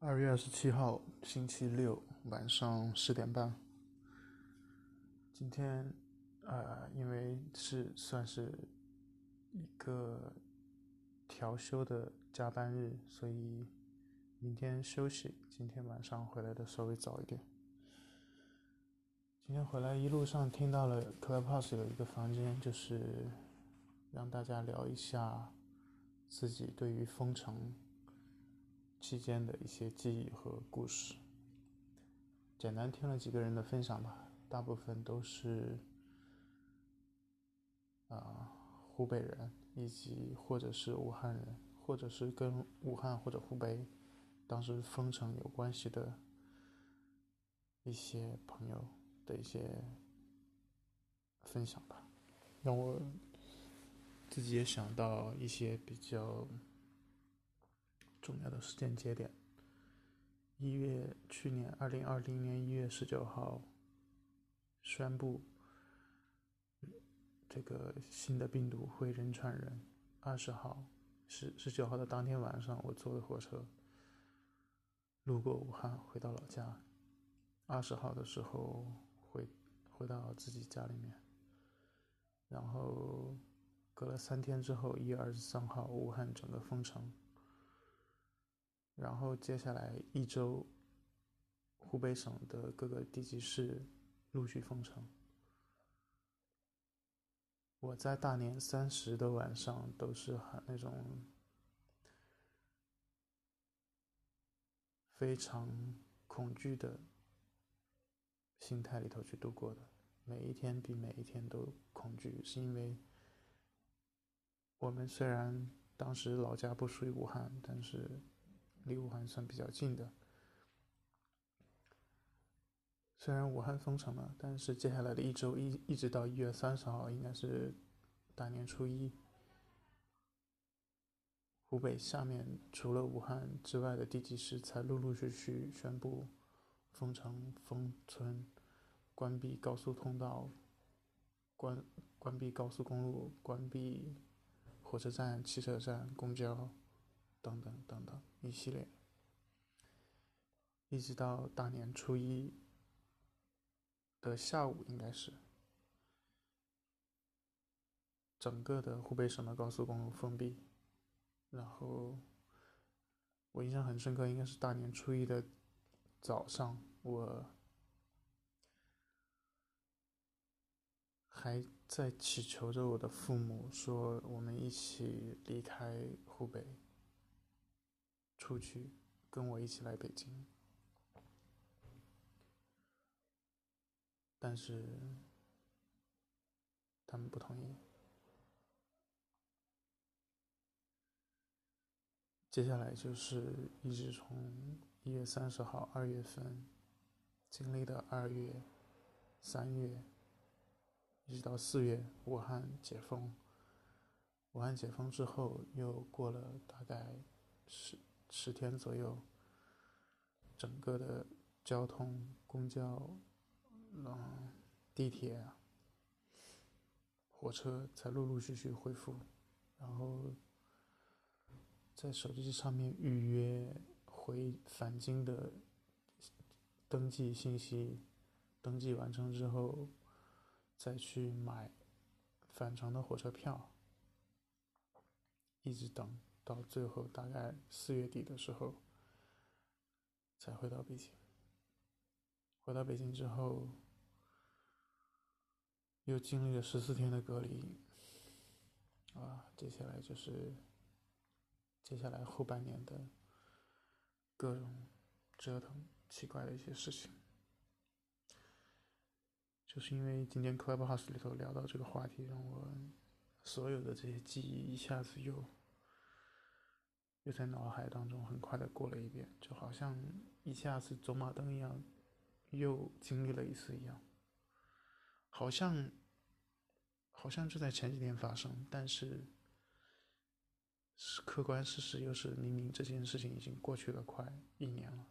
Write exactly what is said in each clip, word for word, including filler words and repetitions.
二月二十七号，星期六晚上十点半。今天，呃，因为是算是一个调休的加班日，所以明天休息。今天晚上回来的稍微早一点。今天回来一路上听到了 Clubhouse 有一个房间，就是让大家聊一下自己对于封城期间的一些记忆和故事。简单听了几个人的分享吧，大部分都是啊、呃、湖北人，以及或者是武汉人，或者是跟武汉或者湖北当时封城有关系的一些朋友的一些分享吧，让我自己也想到一些比较重要的时间节点。一月去年二零二零年一月十九号宣布这个新的病毒会人传人。二十号十十九号的当天晚上，我坐的火车路过武汉回到老家。二十号的时候回回到自己家里面，然后隔了三天之后，一月二十三号武汉整个封城，然后接下来一周湖北省的各个地级市陆续封城。我在大年三十的晚上都是很那种非常恐惧的心态里头去度过的，每一天比每一天都恐惧，是因为我们虽然当时老家不属于武汉，但是离武汉算比较近的。虽然武汉封城了，但是接下来的一周一一直到一月三十号，应该是大年初一，湖北下面除了武汉之外的地级市才陆陆续续宣布封城、封村、关闭高速通道、关关闭高速公路、关闭火车站、汽车站、公交等等等等一系列，一直到大年初一的下午，应该是整个的湖北省的高速公路封闭。然后我印象很深刻，应该是大年初一的早上，我还在祈求着我的父母，说我们一起离开湖北，出去，跟我一起来北京。但是他们不同意。接下来就是一直从一月三十号二月份经历的二月、三月，一直到四月，武汉解封。武汉解封之后，又过了大概十十天左右，整个的交通、公交、嗯、地铁、火车才陆陆续续恢复，然后在手机上面预约回返京的登记信息，登记完成之后，再去买返程的火车票，一直等到最后大概四月底的时候才回到北京。回到北京之后，又经历了十四天的隔离，啊，接下来就是接下来后半年的各种折腾、奇怪的一些事情。就是因为今天 Clubhouse 里头聊到这个话题，让我所有的这些记忆一下子又又在脑海当中很快的过了一遍，就好像一下子走马灯一样，又经历了一次一样。好像好像就在前几天发生，但是客观事实又是明明这件事情已经过去了快一年了。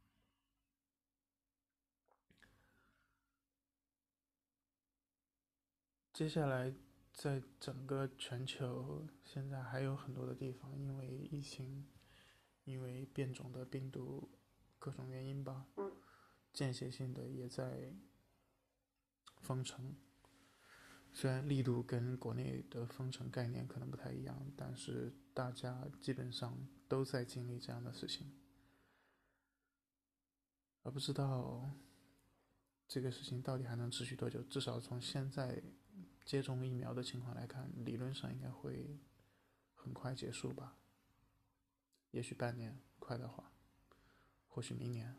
接下来在整个全球，现在还有很多的地方因为疫情，因为变种的病毒各种原因吧，间歇性的也在封城。虽然力度跟国内的封城概念可能不太一样，但是大家基本上都在经历这样的事情，而不知道这个事情到底还能持续多久。至少从现在接种疫苗的情况来看，理论上应该会很快结束吧，也许半年，快的话，或许明年，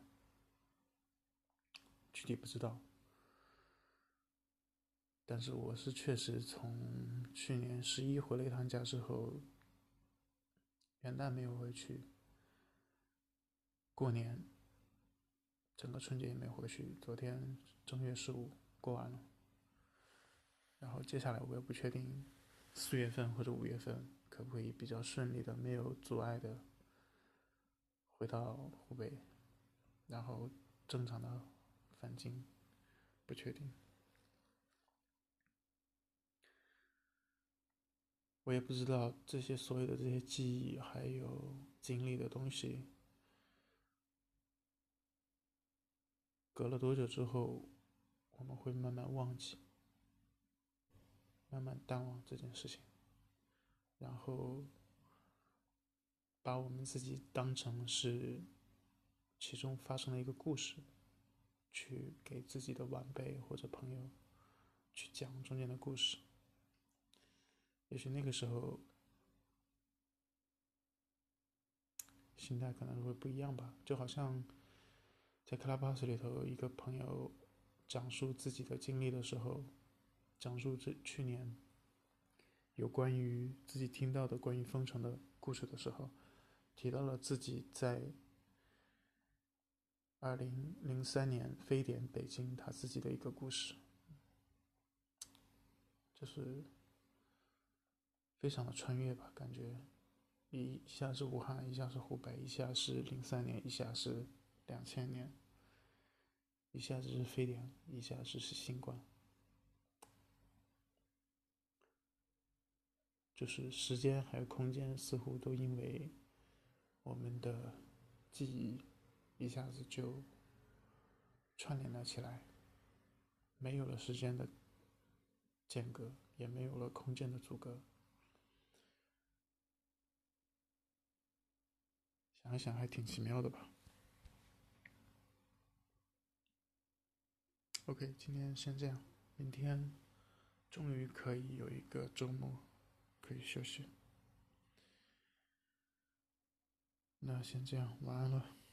具体不知道。但是我是确实从去年十一回了一趟家之后，元旦没有回去，过年整个春节也没回去，昨天正月十五过完了，然后接下来我也不确定四月份或者五月份可不可以比较顺利的、没有阻碍的回到湖北，然后正常的返京，不确定。我也不知道这些所有的这些记忆还有经历的东西，隔了多久之后，我们会慢慢忘记，慢慢淡忘这件事情，然后把我们自己当成是其中发生的一个故事，去给自己的晚辈或者朋友去讲中间的故事。也许那个时候心态可能会不一样吧，就好像在 Clubhouse 里头，一个朋友讲述自己的经历的时候，讲述这去年有关于自己听到的关于封城的故事的时候，提到了自己在二零零三年非典北京他自己的一个故事，就是非常的穿越吧，感觉一下是武汉，一下是湖北，一下是零三年，一下是两千年，一下子是非典，一下子是新冠，就是时间还有空间似乎都因为我们的记忆一下子就串联了起来，没有了时间的间隔，也没有了空间的阻隔。想一想还挺奇妙的吧。OK， 今天先这样，明天终于可以有一个周末可以休息。那先这样，晚安了。